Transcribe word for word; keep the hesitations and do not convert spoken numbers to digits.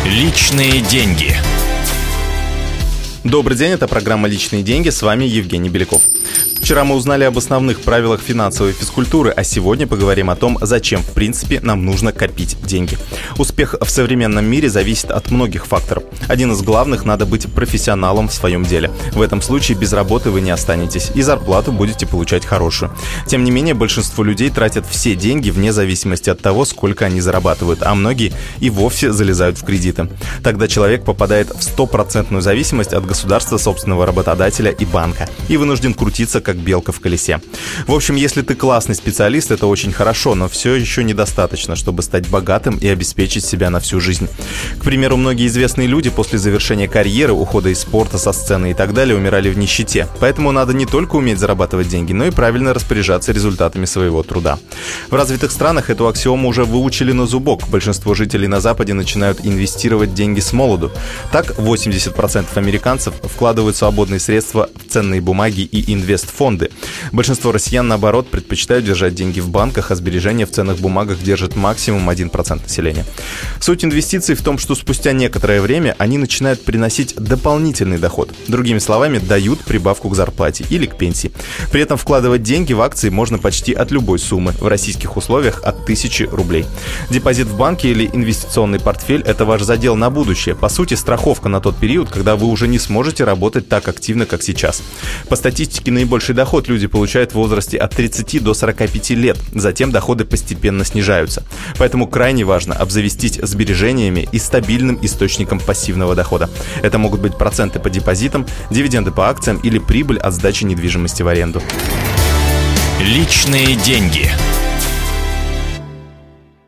Личные деньги. Добрый день, это программа «Личные деньги», с вами Евгений Беляков. Вчера мы узнали об основных правилах финансовой физкультуры, а сегодня поговорим о том, зачем, в принципе, нам нужно копить деньги. Успех в современном мире зависит от многих факторов. Один из главных – надо быть профессионалом в своем деле. В этом случае без работы вы не останетесь, и зарплату будете получать хорошую. Тем не менее, большинство людей тратят все деньги вне зависимости от того, сколько они зарабатывают, а многие и вовсе залезают в кредиты. Тогда человек попадает в стопроцентную зависимость от государства, собственного работодателя и банка, и вынужден крутиться как белка в колесе. В общем, если ты классный специалист, это очень хорошо, но все еще недостаточно, чтобы стать богатым и обеспечить себя на всю жизнь. К примеру, многие известные люди после завершения карьеры, ухода из спорта, со сцены и так далее умирали в нищете. Поэтому надо не только уметь зарабатывать деньги, но и правильно распоряжаться результатами своего труда. В развитых странах эту аксиому уже выучили на зубок. Большинство жителей на Западе начинают инвестировать деньги с молоду. Так, восемьдесят процентов американцев вкладывают свободные средства в ценные бумаги и инвестфонды. Большинство россиян, наоборот, предпочитают держать деньги в банках, а сбережения в ценных бумагах держит максимум один процент населения. Суть инвестиций в том, что спустя некоторое время они начинают приносить дополнительный доход. Другими словами, дают прибавку к зарплате или к пенсии. При этом вкладывать деньги в акции можно почти от любой суммы, в российских условиях от тысячи рублей. Депозит в банке или инвестиционный портфель – это ваш задел на будущее. По сути, страховка на тот период, когда вы уже не сможете работать так активно, как сейчас. По статистике, наибольший доход люди получают в возрасте от тридцати до сорока пяти лет. Затем доходы постепенно снижаются. Поэтому крайне важно обзавестись сбережениями и стабильным источником пассивного дохода. Это могут быть проценты по депозитам, дивиденды по акциям или прибыль от сдачи недвижимости в аренду. Личные деньги.